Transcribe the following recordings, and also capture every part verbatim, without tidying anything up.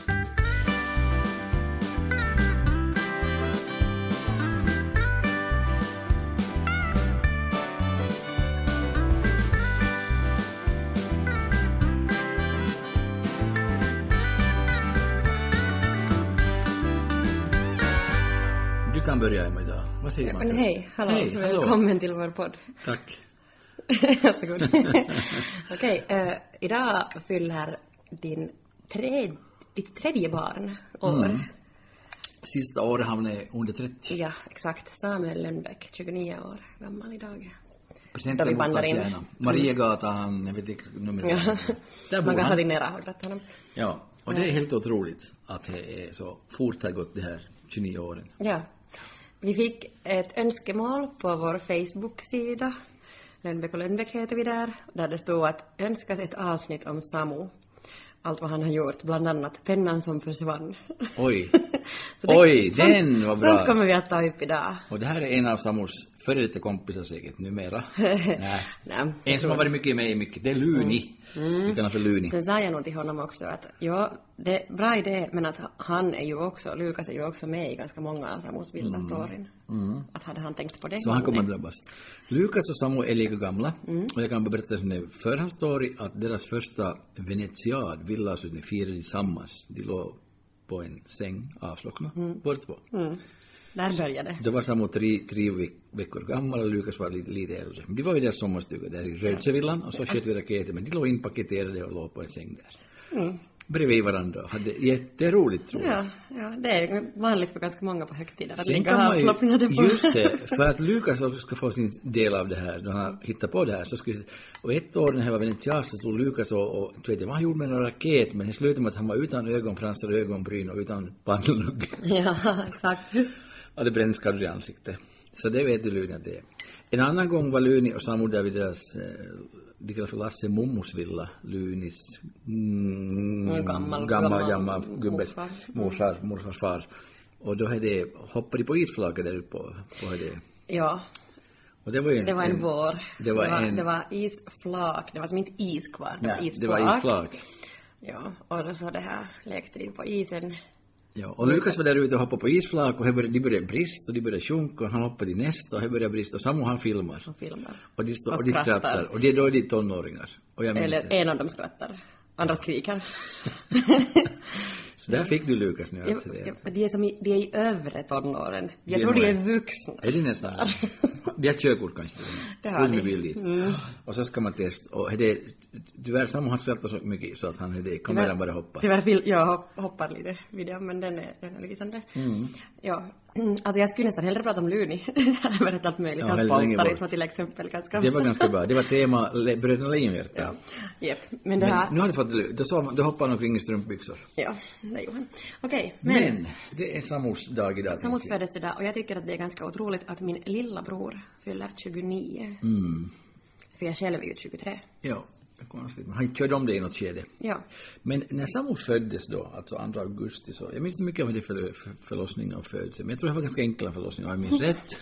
Du kan börja med idag. Vad säger man först? Hej, hallå. Hej, hallå. Välkommen till vår podd. Tack. Varsågod. Okej, okay, uh, idag fyller din tredje, ditt tredje barn år. Mm. Sista året hamnade under trettio. Ja, exakt. Samuel Lönnbäck, tjugonio år gammal idag. Presenten mottas gärna. Mariegatan, jag vet inte nummer. Ja. Där Man kan ha din nära hållet honom. Ja, och det är helt otroligt att det är så fort har gått det här tjugonio åren. Ja. Vi fick ett önskemål på vår Facebook-sida. Lönnbäck och Lönnbäck heter vi där. Där det stod att önskas ett avsnitt om Samu. Allt vad han har gjort, bland annat pennan som försvann. Oj, det, oj, sånt, den var bra. Sånt kommer vi att ta upp idag. Och det här är en av Samus före detta kompisar säkert numera. Nej. Nej. En som har varit mycket med i mycket, det är Luni. Mm. Vi kallar för Luni. Sen sa jag nog till honom också att ja, det är bra idé, men att han är ju också, Lukas är ju också med i ganska många av Samus vilda mm. storyn. Mm. Att hade han tänkt på det. Så han kommer att drabbas. Lukas och Samu är lika gamla. Mm. Och jag kan berätta som det för hans story att deras första venetiad villasutning firade tillsammans. De låg på en säng avslockna. Mm. Båda två. Mm. Där började. Det var Samu tre, tre veckor gammal och Lukas var lite, lite äldre. De var i deras sommarstuga där i Rödsevillan och så sköt vi raketer. Men de låg inpaketerade och låg på en säng där. Mm. Bredvid varandra. Hade jätteroligt, tror jag. Ja, ja, det är vanligt för ganska många på högtider. Att sen kan man ju, just det, för att Lukas också ska få sin del av det här, då han hittar på det här. Så skulle, och ett år när han var venetias så stod Lukas och, och vet jag, han gjorde med en raket, men det slutade med att han var utan ögonfransar och ögonbryn och utan pannlugg. Ja, exakt. Och det brännskador i ansiktet. Så det vet du, Luni, att det är. En annan gång var Luni och Samu där vid deras... De kallar för Lasse Mummos villa, Lunis mm, gammal, gammal, gammal gubbes morsar, morsars far. Och då hade hoppade på isflaket där uppe på, på det. Ja. Och det var en, det var en, en vår. Det var, det, var, en, det var isflak. Det var som inte is kvar. Det, nej, var, isflak. det var isflak. Ja, och då så det här lekte de på isen. Ja, och Lukas var där ute och hoppade på isflak och började, de började brist och de började sjunka och han hoppade i nästa och han började brist och Samu han filmar. Och filmar. Och de, stå, och, och de skrattar. Och det är då de tonåringar. Och jag eller en av dem skrattar. Andra skriker. Så där fick du Lukas nu. Alltså ja, det. De, är som i, de är i övre tonåren. Jag de tror de är vuxna. Är det nästan? De har körkort kanske. Det har de. Mm. Och så ska man testa. Och det, tyvärr Samu han skrattar så mycket så att han hade kameran bara hoppar. Tyvärr jag hoppar lite videon, men den är, den är lysande. Mm. Ja. Alltså jag skulle nästan hellre prata om Luni. Han har berättat allt möjligt. Han spaltar som till exempel ganska... Det var ganska bra. Det var tema Bröderna Lejonhjärta. Ja. Yep. Men det här... Men nu har du fått... Då, så, då hoppar han omkring i strumpbyxor. Ja, det gjorde han. Okej, men... Men det är Samus dag idag. Samus födelsedag. Och jag tycker att det är ganska otroligt att min lilla bror fyller tjugonio. Mm. För jag själv är ju tjugotre. Ja. Konstigt. Han körde om det i något skede. Ja. Men när Samu föddes då, alltså andra augusti, så jag minns inte mycket av det för, för förlossning och födelse. Men jag tror det var ganska enkla förlossningar, jag minns rätt.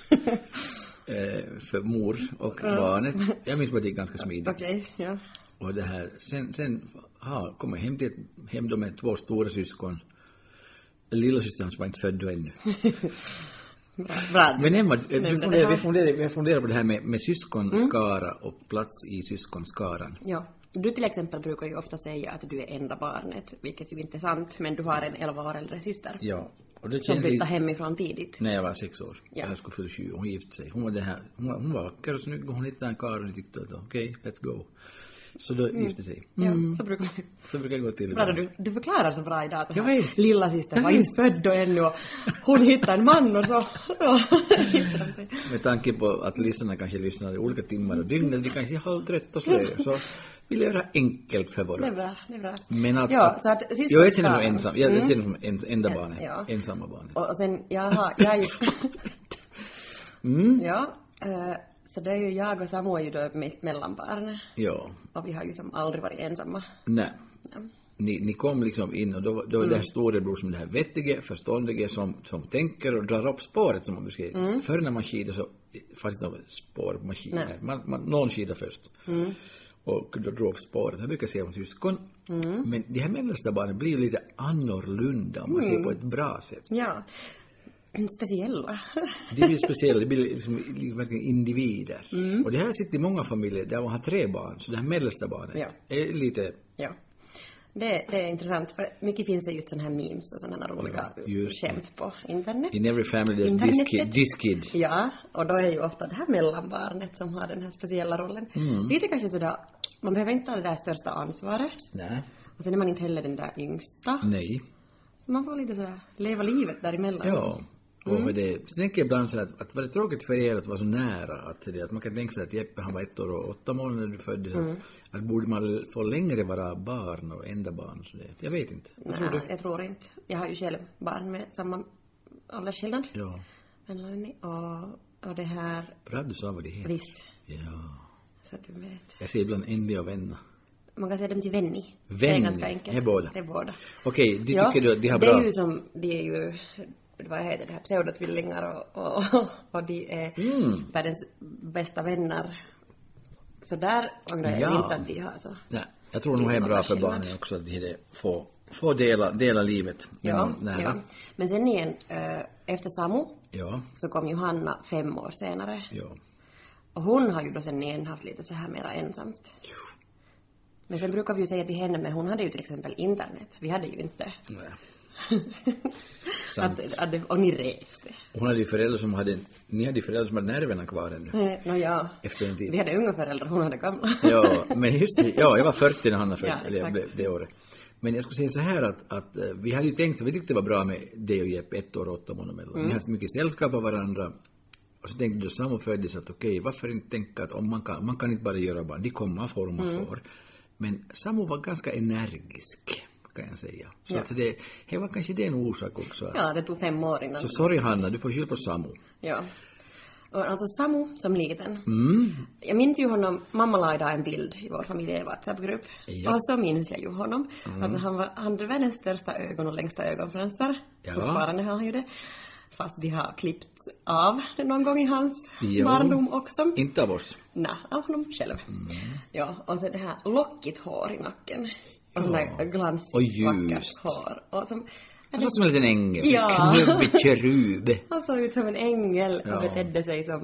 eh, för mor och uh. barnet. Jag minns bara det är ganska smidigt. Okej, okay, ja. Och det här, sen, sen ha, kom jag hem, till, hem då med två stora syskon. Lilla syster hans var inte född då ännu. Bra, bra. Men Emma, vi funderar, vi, funderar, vi funderar på det här med, med syskonskara mm. och plats i syskonskaran. Ja, du till exempel brukar ju ofta säga att du är enda barnet, vilket ju inte är sant, men du har en elva år äldre syster. Ja. Och det som flyttade hemifrån tidigt. När jag var sex år. Ja. Jag skulle fylla sju och hon gifte sig. Hon var, det här, hon var, hon var vacker och snygg och hon hittade en karl och tyckte att okej, okay, let's go. Så då mm. gifte sig. Mm. Ja, så brukar så brukar jag gå till. Bra, du, du förklarar så bra idag. Så jag vet. Lilla syster var inte född då ännu och hon hittade en man och så ja, hittade de sig. Med tanke på att lyssnarna kanske lyssnar i olika timmar och dygn, de kanske är halvtrött och slö. Så vill jag göra enkelt för våra. Det är bra, det är bra. Men att, ja, att, så att jag är känner mig ensam. Jag är känner mig en, enda barnet. Ja. Ensamma barnet. Och, och sen, jag har, jag är ju... mm. Ja, uh, så det är ju jag och Samu är ju då mitt mellanbarn. Ja. Och vi har ju som aldrig varit ensamma. Nej. Ja. Ni, ni kom liksom in och då, då mm. det här storebror som det här vettige, förståndige som, som tänker och drar upp spåret som man beskriver. Mm. Förr när man skidar så fanns det något spår på maskiner. Man, man, någon skidar först. Mm. och då dråpspåret. Jag brukar säga om syskon. Mm. Men de här mellersta barnen blir ju lite annorlunda om man mm. ser på ett bra sätt. Ja, speciella. De blir speciella, de blir liksom verkligen individer. Mm. Och det här sitter i många familjer där man har tre barn. Så det här mellersta barnet ja. är lite... Ja. Det, det är intressant, för mycket finns det just sådana här memes och sådana här roliga ja, skämt på internet. In every family there's this kid, this kid. Ja, och då är ju ofta det här mellanbarnet som har den här speciella rollen. Mm. Lite kanske sådär, man behöver inte ha det där största ansvaret. Nej. Och sen är man inte heller den där yngsta. Nej. Så man får lite sådär leva livet däremellan. Ja. Och mm. det, så tänker jag ibland så att, att var det tråkigt för er att vara så nära att, det, att man kan tänka sig att Jeppe han var ett år och åtta månader när du föddes mm. att, att borde man få längre vara barn och enda barn så det, jag vet inte. Nej, tror du? Jag tror inte. Jag har ju själv barn med samma åldersskillnad. Ja. Och, och det här... Bra du sa vad det heter. Visst. Ja. Så du vet. Jag säger ibland Endy och Venna. Man kan säga dem till Venni. Venni. Det är ganska enkelt. Det är båda. Det är båda. Okej, okay, de ja, tycker du att de har bra... Det är ju som, de är ju... Vad heter det här? Pseudotvillingar och, och, och de är mm. världens bästa vänner. Så där undrar jag ja. inte att de har så. Nej, jag tror nog det är bra för barnen också att de får, får dela, dela livet med ja, någon nära. Ja. Men sen igen, efter Samu ja. så kom Johanna fem år senare. Ja. Och hon har ju då sen igen haft lite så här mera ensamt. Jo. Men sen brukar vi ju säga till henne, men hon hade ju till exempel internet. Vi hade ju inte. Nej. att, att det, och ni reste. Hon hade ju föräldrar som hade, ni hade ju föräldrar som hade nerverna kvar ännu. Eh, no, ja. Efter en tid. Vi hade unga föräldrar, hon hade gamla. ja, men just ja, jag var fyrtio när han var född, ja, eller det, det året. Men jag skulle säga så här att, att vi hade ju tänkt så, vi tyckte det var bra med det och Jeppe ett år och åtta månader. Mm. Vi hade så mycket sällskap av varandra. Och så tänkte då Samu föddes att okej, okay, varför inte tänka att om man kan, man kan inte bara göra barn, de kommer får och man mm. får. Men Samu var ganska energisk, kan jag säga. Så ja. att det, det var kanske det en orsak också. Att, ja, det tog fem år innan. Så sorry Hanna, du får skylla på Samu. Ja. Och alltså Samu som liten. Mm. Jag minns ju honom, mamma la idag en bild i vår familje WhatsApp-grupp. Ja. Och så minns jag ju honom. Mm. Alltså han, var, han hade världens största ögon och längsta ögonfransar. Ja. Fortfarande har han ju det. Fast de har klippt av någon gång i hans jo. barndom också. Inte av oss. Nej, av honom själv. Mm. Ja, och så det här lockigt hår i nacken. Och sån där glansigt vackert hår. Och som, han såg som en liten ängel. Ja. Knubbig kerub. Han såg ut som en ängel ja. och betedde sig som...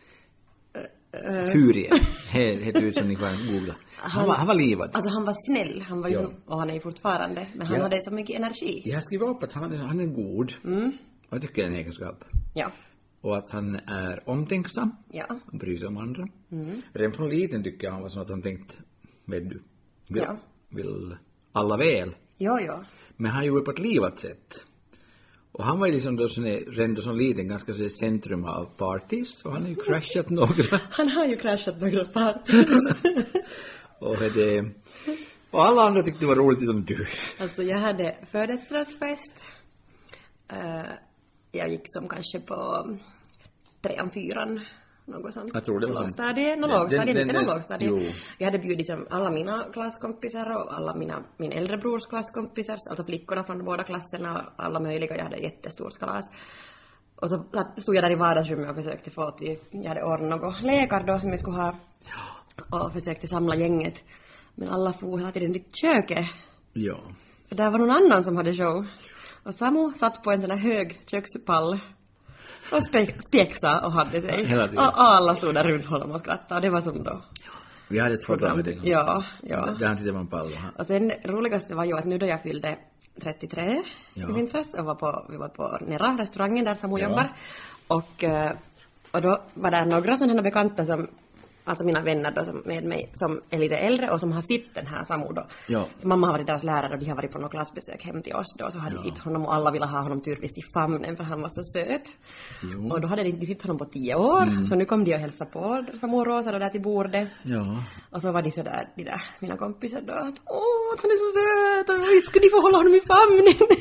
Uh, Furie. Heter ut som ni kan googla. Han, han, var, han var livad. Alltså han var snäll. Han var ju ja. som, och han är ju fortfarande. Men han ja. hade så mycket energi. Jag skriver upp att han, han är god. Mm. Och jag tycker det är en egenskap. Ja. Och att han är omtänksam. Ja. Han bryr sig om andra. Mm. Redan från liten tycker jag han var så att han tänkt, vet du, vill, ja. vill alla väl. Ja, ja. Men han gjorde på ett livat sätt. Och han var ju liksom då redan som liten ganska så centrum av parties. Och han har ju crashat några. Han har ju crashat några parties. och, det, och alla andra tyckte det var roligt som du. Alltså jag hade födelsedagsfest. Uh, jag gick som kanske på trean, fyran, något sånt. Jag tror det var sånt. Lågstadie, någon lågstadie, inte någon lågstadie. Jag hade bjudit som alla mina klasskompisar och alla mina, min äldre brors klasskompisar, alltså flickorna från båda klasserna, alla möjliga. Jag hade jättestort kalas. Och så stod jag där i vardagsrummet och försökte få till, jag hade ordnat något lekar då som jag skulle ha. Och försökte samla gänget. Men alla får hela tiden i köket. Ja. För där var någon annan som hade show. Och Samu satt på en sån här hög kökspall och spe- spexade och hade sig. Och alla stod där runt honom och skrattade. Och det var som då. Vi hade ett foto med det någonstans. Ja, ja. Där han tittade på en pall. Och sen roligaste var ju att nu då jag fyllde trettiotre ja. i vintras och var på, vi var på Nera, restaurangen där Samu ja. jobbar. Och, och då var det några sådana bekanta som, alltså mina vänner då som med mig som är lite äldre och som har sitt den här Samu då. Ja. Mamma har varit deras lärare och de har varit på något klassbesök hem till oss då. Så hade ja. de sitt honom och alla ville ha honom turvist i famnen för han var så söt. Jo. Och då hade de inte sitt honom på tio år. Mm. Så nu kom de och hälsade på Samu och Rosa då där till bordet. Ja. Och så var de så där, de där mina kompisar då. Att, åh, han är så söt och ska ni få hålla honom i famnen?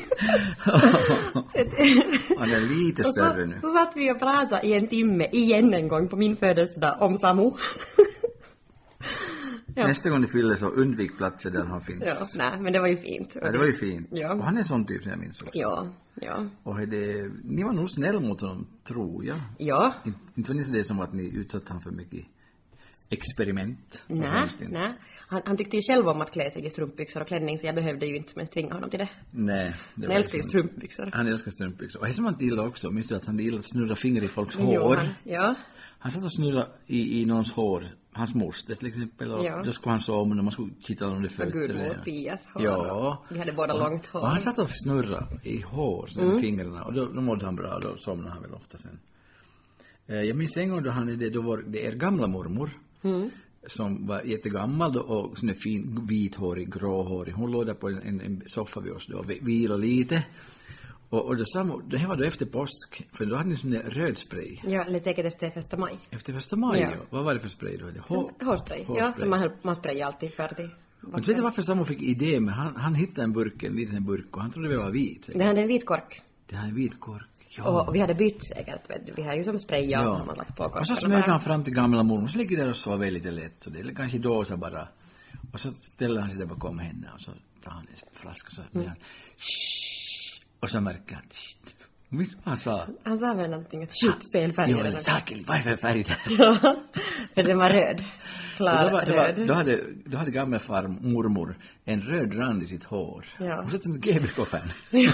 Han är lite större så, nu. Så satt vi och pratade i en timme igen en gång på min födelsedag om Samu. Ja. Nästa gång ni fyller så undvik platser där han finns. Ja, nej, men det var ju fint. Ja, det var ju fint. Ja. Och han är en sån typ som jag minns också. Ja, ja. Och det, ni var nog snäll mot honom, tror jag. Ja. In, inte var ni så det som att ni utsatte han för mycket experiment. Nej, nej. Han, han tyckte ju själv om att klä sig i strumpbyxor och klänning, så jag behövde ju inte ens tvinga honom till det. Nej. Det Han älskar ju strumpbyxor. Han älskar strumpbyxor. Och det som han gillar också, minns du att han gillar att snurra fingrar i folks Jo, hår? han, ja. Han satt och snurra i, i någons hår, hans moster till exempel, och Ja. då skulle han sova när man skulle kitta honom i Och fötter. gudmor Pias hår. Ja. Vi hade båda och, långt hår. Och han satt och snurra i hår, så mm. fingrarna, och då, då mådde han bra, då somnade han väl ofta sen. Eh, jag minns en gång då han är det, då var det er gamla mormor, mm. som var jättegammal då, och sån där fin vithårig, gråhårig. Hon låg där på en, en, en soffa vid oss då och vila lite. Och, och det, samma, det här var då efter påsk, för då hade ni sån där röd spray. Ja, eller säkert efter första maj. Efter första maj, Ja. ja. Vad var det för spray då? Hår, Hårspray, ja, som man, höll- man sprayar alltid färdig. Men du vet inte varför Samu fick idé, men han, han hittade en burk, en liten burk, och han trodde det var vit. Det hade en vit kork. Det här är en vit kork. Ja. Och, och vi hade bytt säkert, vet du. Vi har ju som sprayat och så har man lagt på korkarna. Och så smög han fram till gamla mormor, så ligger där och sover lite lätt, så det är kanske dåsa bara. Och så ställer han sig där bakom henne, och så tar han en flaska, och så blir han shh, och så märker han shh. Minns vad han sa? Han sa väl någonting att skjut fel färg. Jo, eller det något. sakeli, vad är för färg där? Ja, för den var röd. Så Klar då, var, det röd. var, då, hade, då hade gamla farmor en röd rand i sitt hår. Ja. Hon satt som ett G B K-fan.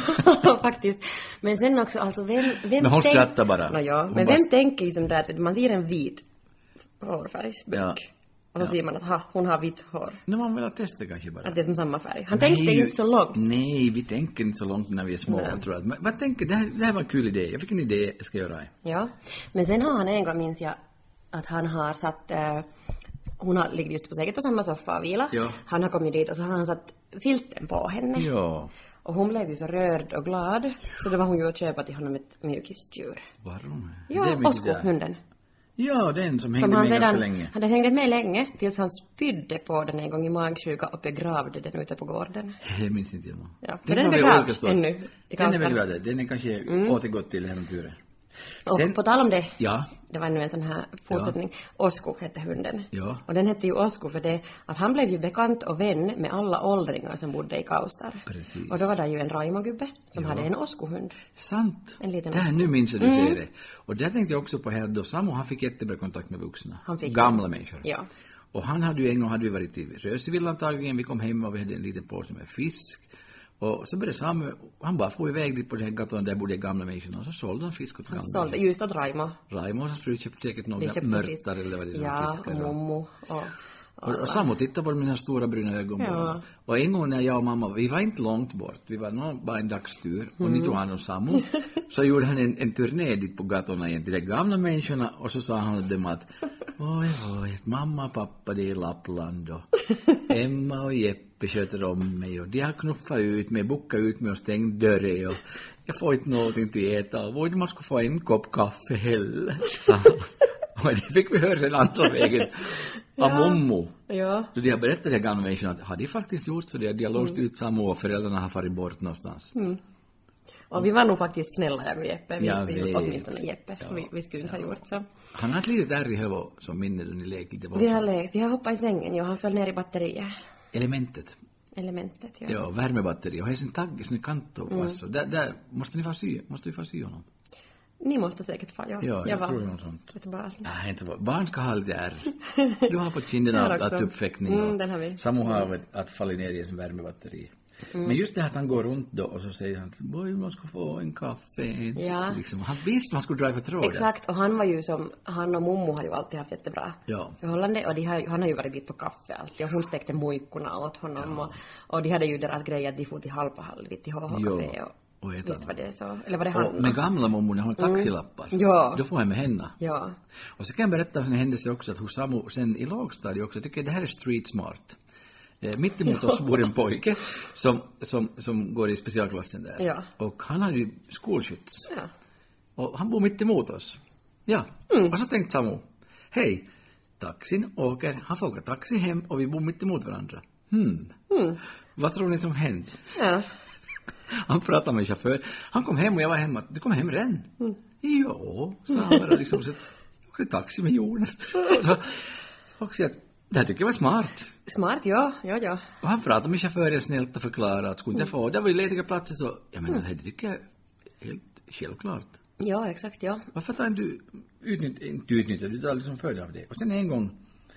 Ja, faktiskt. Men sen också, alltså vem... vem Men hon tänk- skrattar bara. Nå, ja, Hon men bara- vem tänker liksom där att man ser en vit hårfärgsburk. Ja. Och så ser man att ha, hon har vitt hår. Nu man vill testa kanske bara. Att det är som samma färg. Han Nej, tänkte inte så långt. Nej, vi tänker inte så långt när vi är små. Nej. Jag tror att, men, vad tänker, det här, det här var en kul idé. Jag fick en idé, jag ska göra det. Ja. Men sen har han en gång, minns jag, att han har satt... Eh, hon har, ligger just på säkert på samma soffa och vila. Ja. Han har kommit dit och så har han satt filten på henne. Ja, Och hon blev ju så rörd och glad. Så då var hon ju att köpa till honom ett mjukisdjur. varom? Ja, Det är mycket Osko, där. hunden. Ja, den som Som hängde han med ganska sedan, länge. han hade hängt med länge tills han spydde på den en gång i magsjuka och begravde den ute på gården. Det minns inte jag nog. Ja, Den för den har är vi begravd olika stått. ännu i Den är Karlstad. begravd. Den är kanske återgått till äventyret. Och på tal om det, Ja, det var nu en sån här fortsättning. Osko hette hunden. Ja. Och den hette ju Osko för det att han blev ju bekant och vän med alla åldringar som bodde i Kaustar. Precis. Och då var det ju en Raimo-gubbe som hade en Osko-hund. sant. En liten det här, Osko. nu minns jag du säger det. Och där tänkte jag också på här då Samu, han fick jättebra kontakt med vuxna. Han fick Gamla det. människor. Ja. Och han hade ju en gång hade vi varit i Rösevilla antagligen, vi kom hem och vi hade en liten påse med fisk. Och så började Samu, han bara får iväg dit på den här gatan där bodde gamla människorna och så sålde han fisk åt Han gamla. sålde just åt Raimo. Raimo och hans fru köpte säkert Vi några köpte fisk. mörtar eller vad det är, Ja, fiskar. och Och, mommo. Och, och, och Samu tittade på de här stora bruna ögonen. Ja. Och en gång när jag och mamma, vi var inte långt bort, vi var nog bara en dagstur och Mm. ni tog hand om Samu. Så gjorde han en, en turné dit på gatorna igen till de gamla människorna och så sa han till dem att oj, oj, mamma och pappa det är i Lappland och Emma och Jeppe sköter om mig och de har knuffat ut mig, buckat ut mig och stängt dörren och jag får inte någonting till äta och vårt man ska få en kopp kaffe heller. sa han. Och det fick vi höra sen andra vägen av mommo. Ja. Så de har berättat de här gamla människorna att har de faktiskt gjort så det, de har låst Mm. ut Samu och föräldrarna har farit bort någonstans. Och vi var nog faktiskt snälla, jag och Jeppe. Vi, Jag vi, vet. åtminstone Jeppe. Ja. Vi, vi skulle inte ha gjort så. Han har ett litet ärr i huvudet som minne då ni lekte lite Vi våldsamt. har lekt, vi har hoppat i sängen, ja, han föll ner i batteriet. Elementet. Elementet, ja. Ja, värmebatteri. Och här är sin tagg, sin kant och Mm. pass. Där, där måste ni få sy, måste vi få sy honom. Ni måste säkert få, ja. Ja, jag var tror något sånt. ett barn. Nej, inte så. Barn ska ha lite ärr. Du har på kinden Jag har att, att också. uppfäktning Mm, och den har vi. Samu har att, att falla ner i sin värmebatteri. Mm. Men just det här att han går runt då och så säger han boy, man ska få en kaffe ens. Ja. Liksom. Han visste man skulle dra för tråden. Exakt, och han var ju som, han och mommo har ju alltid haft jättebra Ja. förhållande och de har, han har ju varit dit på kaffe alltid och hon stekte mojkorna åt honom och, och de hade ju deras grej att de får till Halpahall dit till H H-café Jo, och, och äta visst var det så, eller var det han? Och med gamla mormor, när hon har taxilappar, Ja. då får jag med henne. Ja, Och så kan jag berätta en sån händelse också att hos Samu sen i lågstadiet också, jag tycker det här är street smart. Eh, mitt emot oss bor en pojke som, som, som går i specialklassen där. Ja. Och han hade ju skolskjuts. ja. Och han bor mitt emot oss. Ja. Mm. Och så tänkte Samu, hej, taxin åker, han får åka taxi hem och vi bor mitt emot varandra. Hmm. Vad tror ni som hände? ja. Han pratade med chaufför. Han kom hem och jag var hemma. Du kom hem redan? Mm. Jo, sa han bara liksom. Så jag åkte taxi med Jonas. Och så, och så, det här tycker jag var smart. Smart, ja, ja, ja. Och han pratade med chauffören snällt och förklarade att skulle inte få, det var ju lediga platser så, jag menar, det tycker jag är helt självklart. Ja, exakt, ja. Varför tar du utnyttja, inte utnyttja, du tar liksom fördel av det. Och sen en gång,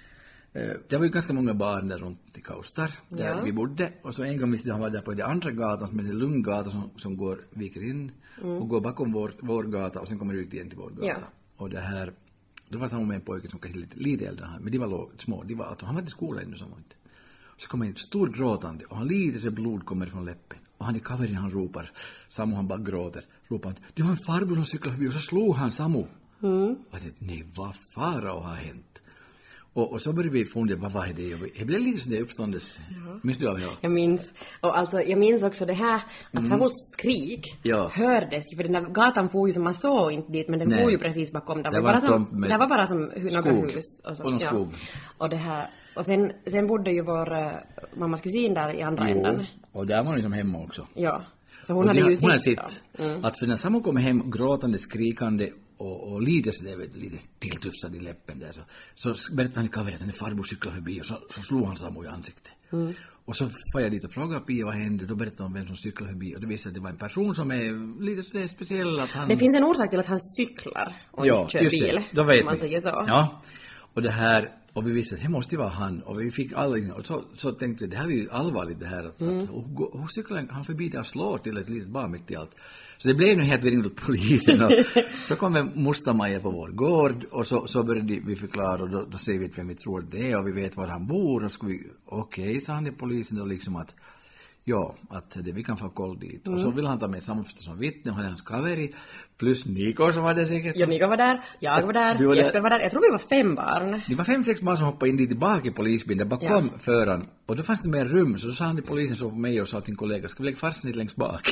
Det var ju ganska många barn där runt i Kaustar, där ja. vi bodde. Och så en gång visste han var där på den andra gatan, som är en lugn gata som, som går, viker in mm. och går bakom vår, vår gata och sen kommer ut igen till vår gata. Ja. Och det här, det var samma med en pojke som kanske lite, lite äldre än han, men de var låg, små. De var, alltså, han var till skolan ännu samtidigt. Så kommer en stor gråtande och han lite så blod kommer från läppen. Och han i kaverin han ropar, Samu han bara gråter, ropar han, det var en farbror som cyklade förbi och så slog han Samu. Mm. Och jag tänkte, nej vad fara har hänt? Och, och så började vi fundera, vad var det? Jag blev lite sådär uppståndes. Ja. Minns du av det? Jag minns. Och alltså, jag minns också det här, att mm. Samus skrik ja. hördes. För den där gatan får ju som man såg inte dit, men den får ju precis bakom. Det var, bara som, det var bara som några hus. Och, så, och någon ja. skog. Och det här, och sen, sen bodde ju vår uh, mammas kusin där i andra jo. änden. Och där var hon liksom hemma också. Ja. Så hon och hade ju hon sitt. sitt mm. Att för när Samu kom hem gråtande, skrikande och, och lite så där, lite tilltufsad i läppen där så, så berättade han i kaverin att en farbror cyklade förbi och så, så slog han Samu i ansiktet. Mm. Och så får jag dit och frågade Pia vad hände, då berättade han vem som cyklade förbi och det visade att det var en person som är lite så där speciell att han... Det finns en orsak till att han cyklar och ja, inte kör just bil. Det. Då vet man vi. Säger så. Ja, och det här... Och vi visste att det måste vara han. Och vi fick alla... Och så, så tänkte vi, det här är ju allvarligt det här. Att, mm. att, och, och cyklar han förbi där och slår till ett litet barn mitt i allt. Så det blev nu helt vid ringt polisen. Och så kom en Mustamaja på vår gård. Och så, så började vi förklara. Och då, då säger vi vem vi tror det är. Och vi vet var han bor. Och så vi... Okej, okay, sa han till polisen då liksom att... Ja, att det, vi kan få koll dit. Mm. Och så vill han ta med sammanförstås som vittne och hade hans kaveri. Plus Niko som var där säkert. Ja, Niko var där. Jag var där. var Jeppe var där. Jag tror vi var fem barn. Det var fem, sex barn som hoppade in dit tillbaka i polisbilen. Där bakom ja. föraren. Och då fanns det mer rum. Så då sa han till polisen så på mig och sa till sin kollega. Ska vi lägga farsen lite längst bak?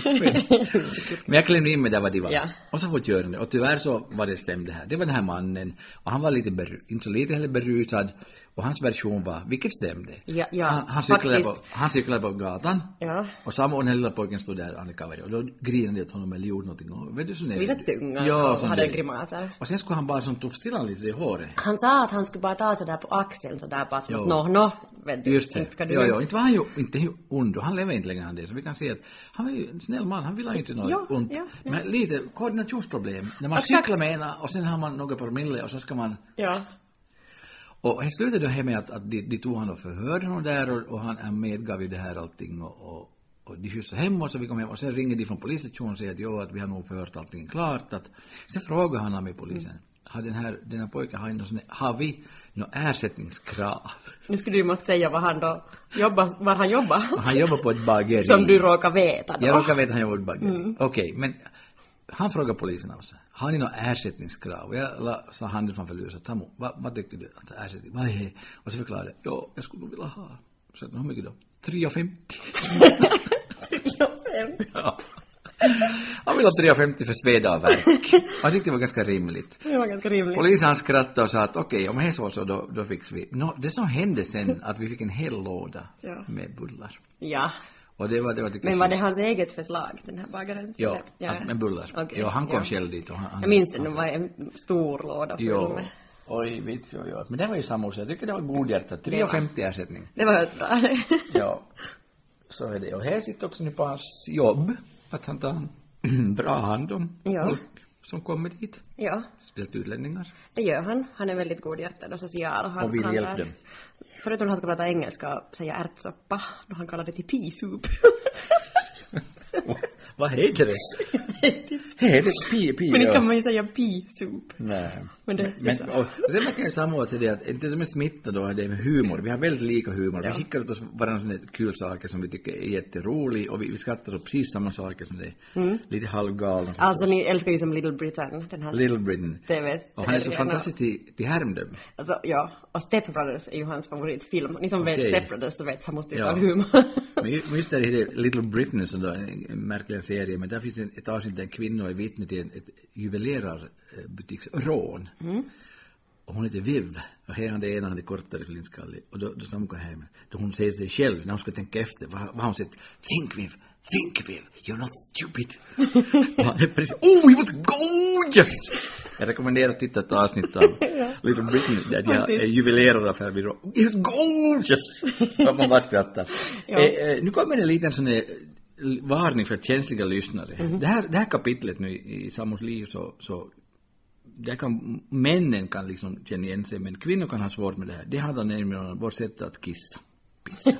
Men jag klämde in med där vad de var. Ja. Och så var körande. Och tyvärr så var det stämde här. Det var den här mannen. Och han var lite beru- inte så lite heller berusad. Och hans version var, vilket stämde. Ja, ja, han, han, cyklade på, han cyklade på gatan. Ja. Och samma och den lilla pojken stod där, Anne Kaveri. Och då grinade jag att honom eller gjorde någonting. Och, vet du, så vissa tunga ja, och hade grimaser. Och sen skulle han bara som tog stilla lite i håret. Han sa att han skulle bara ta sig där på axeln så där bara som att nå, nå, vet du, just det. Inte ska du... Ja, ja, inte var han ju inte ond. Han lever inte längre han det. Så vi kan se att han var ju en snäll man. Han ville inte något ja, ont. Ja, ja. Men lite koordinationsproblem. När man exakt. cyklar med ena och sen har man några promille och så ska man... Ja. Och det slutade då med att, att de, de tog han och förhörde honom där och, och han medgav ju det här allting och, och, och de skjutsade hem och så vi kom hem och sen ringde de från polisstationen och säger att jo, att vi har nog förhört allting klart. Att, sen frågade han med polisen, mm. har den här, den här pojken, har, någon sån, har vi något ersättningskrav? Nu skulle du måste säga vad han då jobbar, var han jobbar. Han jobbar på ett bageri. Som du råkar veta då. Jag råkar veta att han jobbar på ett bageri. Mm. Okej, okay, men han frågade polisen också. Har ni något ersättningskrav? Och jag la, sa handen framför luset. Tamu, vad, vad tycker du att ersättning? Vad är det? Och så förklarade jag. Ja, jag skulle vilja ha. Så hur mycket då? tre femtio. tre femtio? Ja. Han ville ha tre femtio för sveda och verk. Jag tyckte det var ganska rimligt. Det var ganska rimligt. Polisen skrattade och sa att okej, okay, om det så så då, då fick vi. No, det som hände sen att vi fick en hel låda ja. med bullar. Ja. Och det var, det var men var det hans eget förslag, den här bagaren? Ja, ja. Att, med bullar. Okay. Ja, han kom ja. själv dit. Och han, han, jag minns det, det var en stor låda full ja. med. Oj, vet jag, ja. Men det var ju samma år, jag tycker det var godhjärtat. tre femtio ersättning. Det var helt bra. Ja, så är det. Och här sitter också nu på hans jobb. Att han tar bra hand om ja. folk som kommer dit. Ja. Speciellt utlänningar. Det gör han. Han är väldigt godhjärtad och social. Och, han, och vill han hjälpa dem. Förutom att han ska prata engelska och säga ärtsoppa, då han kallar det till pea soup. Vad heter det? Heter det pea, pea? Men det kan man ju säga pea soup. Nej. Men det men, och, och sen man kan ju samma till det att inte som är smitta då är det med humor. Vi har väldigt lika humor. Ja. Vi skickar åt oss varandra sådana kul saker som vi tycker är jätterolig och vi, vi skrattar åt precis samma saker som det är. Mm. Lite halvgalna. Alltså ni älskar ju som Little Britain. Den här Little Britain. T V. Och han är så fantastisk till, till härmdöm. Alltså ja, och Step Brothers är ju hans favoritfilm. Ni som okay. vet Step Brothers så vet samma typ ja. av humor. Men just där är det Little Britain som då är en märklig serie. Men där finns en, ett avsnitt där en kvinna är vittne till ett juvelerarbutiksrån. Mm. Och hon heter Viv. Och här är det ena, han är kortare flinskallig. Och då, då står hon hem. Då hon säger sig själv, när hon ska tänka efter, vad, vad hon säger. Think Viv, think Viv, you're not stupid. Och han är precis, oh, he was gorgeous! Jag rekommenderar att titta ett avsnitt av Little Britain där de är juvelerare för vid rån. He was gorgeous! Och man bara skrattar. Ja. Eh, eh, nu kommer en liten sån här varning för känsliga lyssnare. Mm-hmm. Det, här, det här kapitlet nu i Samus liv så, så där kan, männen kan liksom känna igen sig, men kvinnor kan ha svårt med det här. Det handlar nämligen om vårt sätt att kissa. Pissa.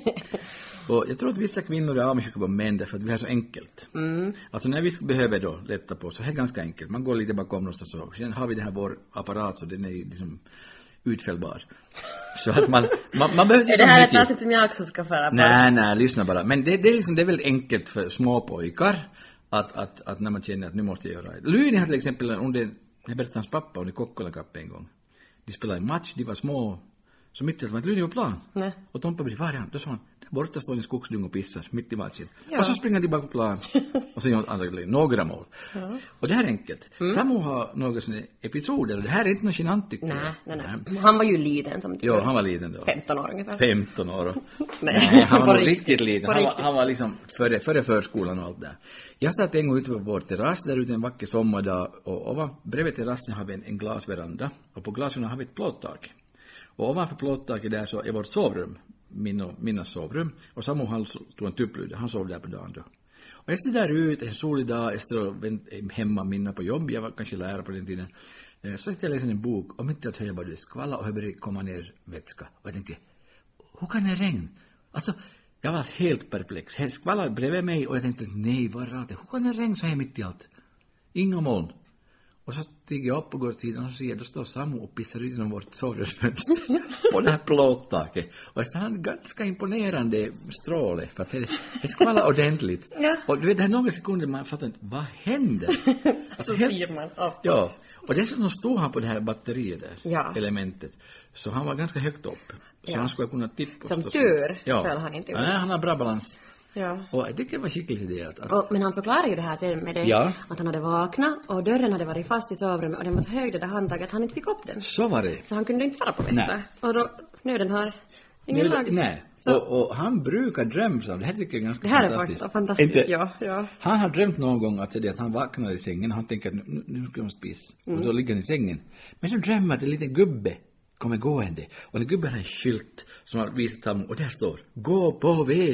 Och jag tror att vissa kvinnor är avundsjuka på män därför att vi har så enkelt. Mm. Alltså när vi behöver då lätta på så är det ganska enkelt. Man går lite bakom oss och så. Sen har vi det här vår apparat så den är liksom utfällbar. Så att man, man, man behöver liksom... Är det här ett avsnitt som jag också ska föra på? Nej, nej, lyssna bara. Men det, det, är liksom, det är väldigt enkelt för små pojkar att, att, att när man känner att nu måste jag göra det. Lyni har till exempel under, jag berättade hans pappa under Kokkola Cup en gång. De spelade en match, de var små. Så mitt i att Lyni var plan. Nej. Och Tompa blir var är han? Då sa han, där borta står en skogsdung och pissar mitt i matchen. Ja. Och så springer han tillbaka på plan. Och så gör han några mål. Ja. Och det här är enkelt. Mm. Samu har några sådana episoder. Och det här är inte något genant tycker jag. Nej, nej, nej. Han var ju liten som ja, han var liten då. femton år ungefär. femton år. Nej, han var nog riktigt, riktigt liten. Han var, han var liksom före, före förskolan och allt där. Jag satt en gång ute på vår terrass där ute en vacker sommardag. Och ovan, bredvid terrassen har vi en, en glasveranda. Och på glasveranda har vi ett plåttak. Och ovanför plåttaket där så är vårt sovrum, min och Minnas sovrum. Och Samu han tog en tupplude, han sov där på dagen då. Och jag stod där ut en solig dag, jag stod hemma Minna på jobb, jag var kanske lärare på den tiden. Så jag läste en bok, om inte att höja bara det skvalla och började komma ner vätska. Och jag tänkte, hur kan det regna? Alltså, jag var helt perplex. Det skvallade bredvid mig och jag tänkte, nej vad rart, hur kan det regna så här mitt i allt? Inga moln. Och så stiger jag upp och går åt sidan och ser, då står Samu och pissar ut genom vårt sovrumsfönster på det här plåttaket. Och det är en ganska imponerande stråle för att det, det skvallrar ordentligt. Ja. Och du vet, det här några sekunder man fattar inte, vad händer? Alltså, så ser man upp. Ja, och dessutom stod han på det här batteriet där, ja. elementet. Så han var ganska högt upp. Så ja. Han skulle kunna tippa. Som tur ja. Föll han inte ut. Ja, nej, han har bra balans. Ja. Och jag tycker det var skickligt idé att... att... Och, men han förklarar ju det här sen med det, ja. Att han hade vaknat och dörren hade varit fast i sovrummet och den var så hög det där handtaget att han inte fick upp den. Så var det. Så han kunde inte fara på väster. Och då, nu den har ingen nu, lag. Nej, och, och han brukar drömma så det här tycker jag är ganska det här fantastiskt. är fantastiskt, inte, ja, ja. Han har drömt någon gång att, det, att han vaknar i sängen och han tänker att nu, nu ska jag spisa. Mm. Och då ligger han i sängen. Men så drömmer att en liten gubbe kommer gående. Och den gubben har en skylt som har visat honom och där står, gå på väg.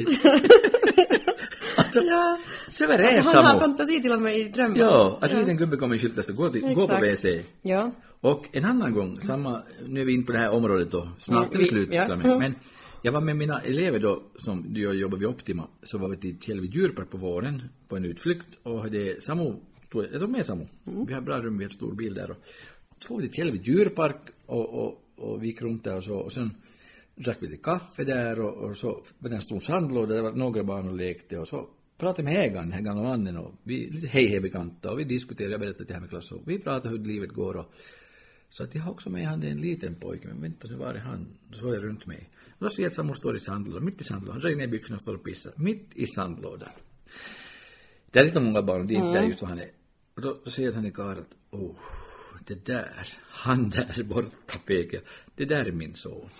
Alltså, ja. Suveränt alltså, han har fantasi till och med i drömmar. Ja, att en liten gubbe kommer i skyltast och gå, till, gå på W C. Ja. Och en annan gång, samma, nu är vi in på det här området då, snart är vi slut. Ja. Men jag var med mina elever då, som då jobbar vid Optima, så var vi till Kjellvi djurpark på våren, på en utflykt. Och det Samu, jag tog med Samu, mm. vi har bra rum, vi har en stor bil där. Och så var vi till Kjellvi djurpark och, och, och vi gick runt där och så, och sen drack vi lite kaffe där och, och så var det en stor sandlåda, det var några barn och lekte och så pratade med ägaren, den här gamla mannen och vi lite hej hej bekanta och vi diskuterade, jag berättade det här med klass och vi pratade hur livet går och så att jag har också med han en liten pojke, men vänta, nu var det han, så är jag runt mig. Och då ser jag att Samu står i sandlådan, mitt i sandlådan, han drar ner byxorna och står och pissar, mitt i sandlådan. Det är lite många barn, det är inte mm. just vad han är. Och då, då ser jag att han är kar att, oh, det där, han där borta pekar, det där är min son.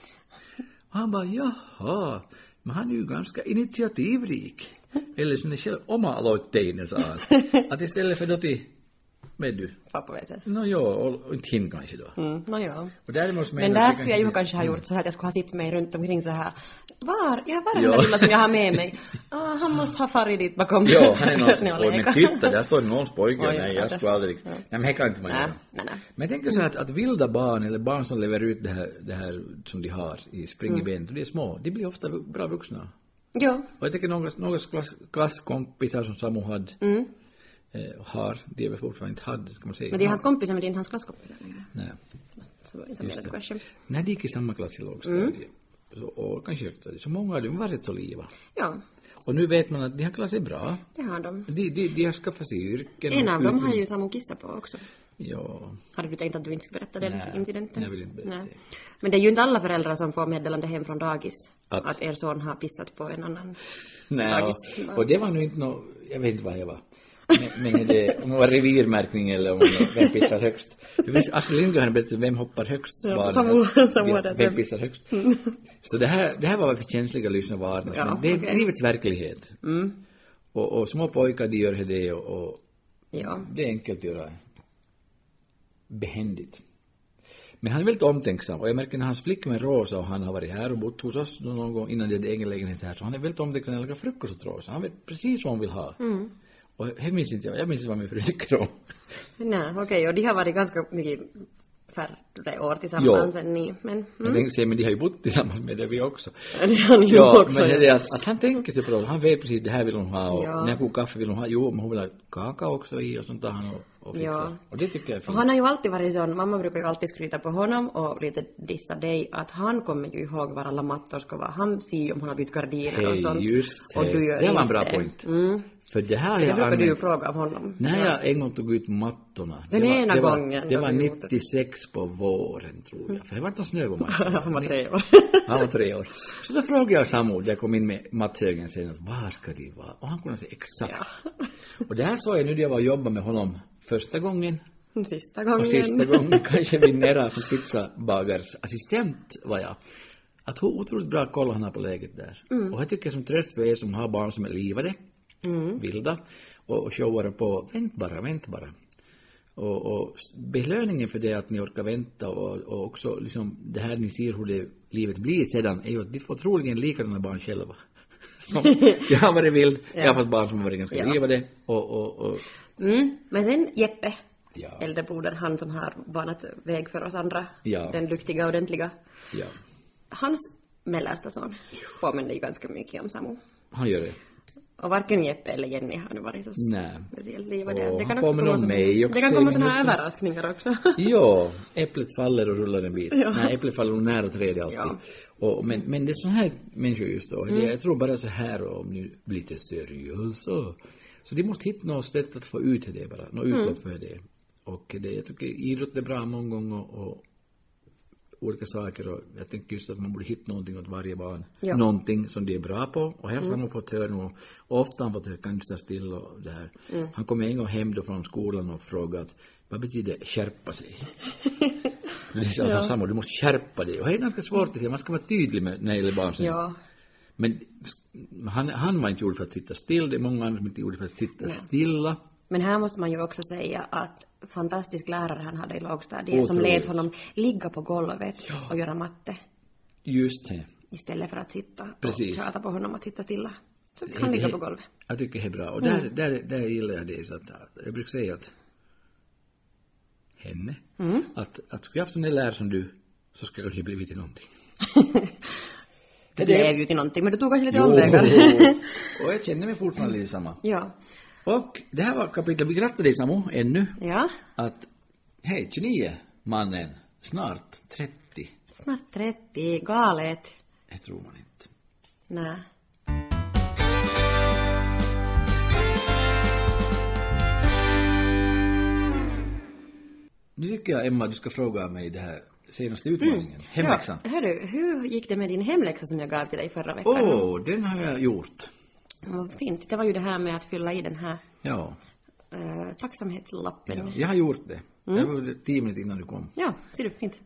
Och han bara, jaha, men han är ju ganska initiativrik. Eller som det själv oma-aloitteinen, sa han. Att istället för då till, med du? Pappa vet jag. No jo, och inte hin kanske då. Mm, no jo. Och däremot men där skulle jag ju kanske ha gjort så här att jag skulle ha sitt mig runt omkring så här. Var? Jag var den där lilla som jag har med mig. Ah, han måste ha farit dit bakom. Jo, han är någon. Men titta, där står någons pojke. Oh, nej, jag skulle aldrig liksom. Ja. Nej, men det kan inte man göra. Nej, nej. Men jag tänker så här att, att vilda barn eller barn som lever ut det här, det här som de har i springben, mm. de är små, de blir ofta bra vuxna. Jo. Och jag tänker några, några klass, klasskompisar som Samu hade. Mm. Eh, har, det är väl fortfarande inte hade, ska man säga. Men det är hans kompisar, men det är inte hans klasskompisar längre. Nej. Så, så det. När de gick i samma klass i lågstadiet, mm. så, och kanske högstadiet, så många av dem var rätt så liva. Ja. Och nu vet man att de har klarat sig bra. Det har de. De, de, de har skaffat sig yrken. En av dem har ju Samu kissat på också. Ja. Hade du tänkt att du inte skulle berätta den Nej, incidenten? Jag vill inte berätta. Nej. Men det är ju inte alla föräldrar som får meddelande hem från dagis. Att, att er son har pissat på en annan Nej, dagis. Och, och det var nu inte något, jag vet inte vad jag var. Men, men det, om det var revirmärkning eller om det, vem pissar högst. Du vet, Astrid Lindgren har berättat vem hoppar högst. Ja, Samu, Samu vem, vem pissar högst. Mm. Så det här, det här var för känsliga lyssnare varna. Ja, men det är okay. Livets verklighet. Mm. Och, och små pojkar, de gör det och, och ja. Det är enkelt att göra behändigt. Men han är väldigt omtänksam. Och jag märker när hans flickvän Rosa och han har varit här och bott hos oss någon gång innan det hade egen lägenhet här. Så han är väldigt omtänksam när han lägger frukost åt Rosa. Han vet precis vad hon vill ha. Mm. Och jag minns inte, jag minns inte vad min fru tycker om. Nej, okej, okay, och de har varit ganska mycket färre år tillsammans jo. än ni. Men, mm. Jag tänkte säga, men de har ju bott tillsammans med det vi också. Det har ni ju ja, också. Men det är att, att han tänker sig på det. Han vet precis, det här vill hon ha. Och ja. när jag kokar kaffe vill hon ha. Jo, men hon vill ha kakao också i och sånt där han och, och fixar. Ja. Och det tycker jag är fint. Och han har ju alltid varit sån, mamma brukar ju alltid skryta på honom och lite dissa dig, att han kommer ju ihåg var alla mattor ska vara. Han ser ju om han har bytt gardiner hey, och sånt. Just och du gör det var en inte bra det. point. Mm. För det här För det jag brukar använt, du ju fråga av honom. när ja. jag en gång tog ut mattorna. Den det var, ena det var, gången. Det var nittiosex på våren tror jag. För det var inte någon snö på mattorna. Han var tre år. Han var tre år. Så då frågade jag Samu, jag kom in med matthögen sen, att var ska de vara? Och han kunde säga exakt. Ja. Och det här sa jag nu när jag var och jobbade med honom första gången. Sista gången. Och sista gången kanske min nära som pizzabagars assistent var jag. Att hur otroligt bra koll han har på läget där. Mm. Och jag tycker som tröst för er som har barn som är livade, mm. vilda, och, och showar på, vänt bara, vänt bara. Och, och belöningen för det att ni orkar vänta och, och också liksom det här ni ser hur det, livet blir sedan är ju att de får troligen likadana barn själva. Som, jag har varit vild, ja. Jag har fått barn som har varit ganska ja. livade och... och, och mm. Men sen Jeppe, ja. äldrebrodern, han som har banat väg för oss andra, ja. den duktiga och ordentliga. Ja. Hans mellersta son påminner ju ganska mycket om Samu. Han gör det. Och varken Jeppe eller Jenny har nu varit så Nej. speciellt livade. Det kan också komma som, mig också. Det kan komma sådana här överraskningar också. Ja, äpplet faller och rullar en bit. Ja. Nej, äpplet faller nog nära trädet alltid. Ja. Och, men, men det är sån här människor just då. Mm. Jag tror bara så här, om ni blir lite seriösa. Så de måste hitta något sätt att få ut det bara. Något utlopp mm. för det. Och det, jag tycker idrott är bra många gånger och olika saker. Och jag tänker just att man borde hitta någonting åt varje barn. Ja. Någonting som de är bra på. Och här har mm. han fått höra nog. Och ofta har han fått höra, kan du stå still och det här. Mm. Han kom en gång hem då från skolan och frågade att, vad betyder skärpa sig? Det är alltså ja. samma, du måste skärpa dig. Och det är ganska svårt att säga, man ska vara tydlig med när det gäller barn. Ja. Men han, han var inte gjord för att sitta still. Det är många andra som inte är gjord för att sitta ja. stilla. Men här måste man ju också säga att fantastisk lärare han hade i lågstadiet som lät honom ligga på golvet ja. och göra matte. Just det. Istället för att sitta Precis. och tjata på honom att sitta stilla. Så kan han ligga på golvet. Jag tycker det är bra. Och där, mm. där, där gillar jag det. Så att, jag brukar säga att henne, mm. att, att skulle jag haft sån där lärare som du, så skulle jag blivit till någonting. Det blev ju till någonting, men du tog kanske lite omvägar. Och jag känner mig fortfarande lite samma. Ja. Och det här var kapitlet. Vi grattar dig Samu ännu. Ja. Att, hej, tjugonio mannen, snart trettio. Snart trettio, galet. Det tror man inte. Nej. Nu tycker jag, Emma, du ska fråga mig det här senaste utmaningen. Mm. Hemläxan. Ja, hörru, hur gick det med din hemläxa som jag gav till dig förra veckan? Åh, oh, den har jag gjort. Oh, fint. Det var ju det här med att fylla i den här ja. uh, tacksamhetslappen. Ja, jag har gjort det. Mm. Jag gjorde det tio minuter innan du kom. Ja, ser du, fint.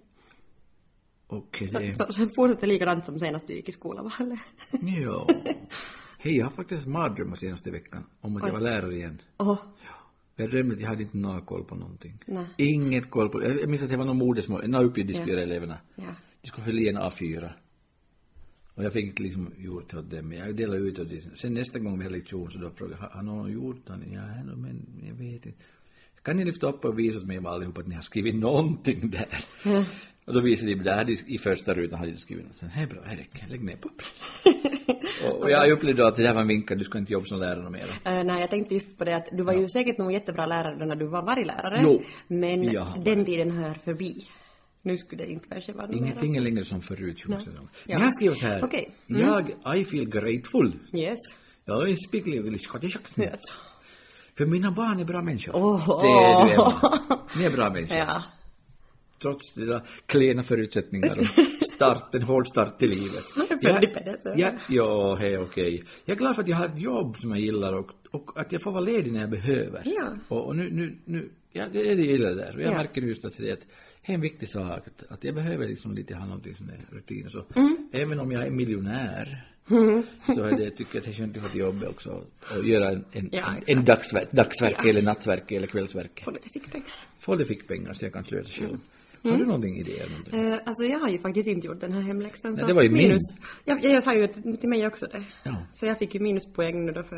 Och så, det... så, så fortsätter likadant som senast du gick i skolan, va? Ja. Hej, jag har faktiskt mardrömmar senaste veckan om att Oj. jag var lärare igen. Oh. Ja. Jag drömde att jag hade inte någon koll på någonting. Nej. Inget koll på... Jag minns att det var någon modersmål. Några uppgift de skulle ja. göra eleverna. Ja. De skulle fylla i en A fyra. Och jag fick inte liksom gjort åt dem. Jag delade ut åt det. Sen nästa gång vi hade lektion så då frågade jag, har någon gjort det? Ja, men jag vet inte. Kan ni lyfta upp och visa oss med allihopa att ni har skrivit någonting där? Ja. Och då visade de, där i första rutan hade de skrivit något. Så här bra, här räcker, lägg ner pappret. och, och jag upplevde att det här var en vinkel, du ska inte jobba som lärare mer. Uh, nej, jag tänkte just på det att du var ja. ju säkert nog jättebra lärare när du var varje lärare. Jo. Men ja. den tiden hör förbi. Nu skulle det inte kanske vara ingenting är längre som förut. No. Men ja. jag skriver så här. Okay. Mm. Jag, I feel grateful. Yes. Jag är spiklig skottisk. Yes. För mina barn är bra människor. Oh. Det är du, Emma. Ni är bra människor. Ja. Trots de där klena förutsättningar och start, en hård start till livet. Jag, ja, ja, hej, okej. Jag är glad för att jag har ett jobb som jag gillar och, och att jag får vara ledig när jag behöver. Ja. Och, och nu, nu, nu, ja, det är det jag gillar där. Och jag ja. märker just att det är, ett, det är en viktig sak. Att, att jag behöver liksom lite ha någonting som är rutin. Så mm. även om jag är miljonär mm. så är det, tycker jag att det är skönt att få ett jobb också. Och göra en, en, ja, en, en dagsverk, dagsverk ja. eller nattverk eller kvällsverk. Få lite fickpengar. Få lite fickpengar så jag kan slösa själv. Mm. Har du någonting idé? Uh, alltså jag har ju faktiskt inte gjort den här hemläxan. Nej, det var ju minus. Min. Jag, jag har ju till mig också det. Ja. Så jag fick ju minuspoäng nu då för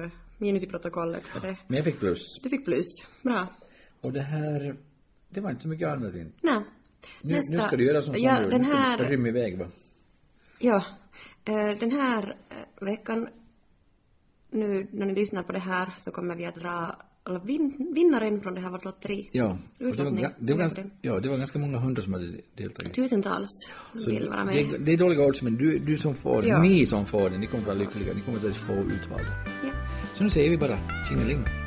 minus i protokollet för det. Men jag fick plus. Du fick plus. Bra. Och det här, det var inte så mycket annat in. Nej. Nu, Nästa, nu ska du göra som ja, Samuel, den nu ska här, du rymma iväg va? Ja, eh, den här eh, veckan, nu när ni lyssnar på det här så kommer vi att dra eller vin, vinnaren från det här vårt lotteri. Ja, och det var, Utlottning. ga- det, var ganska, ja, det var ganska många hundra som hade deltagit. Tusentals Så vill vara med. det, det är dåliga odds, men du, du som får, Ja. ni som får den, ni kommer att vara lyckliga, ni kommer att få utvalda. Ja. Så nu säger vi bara tjingeling.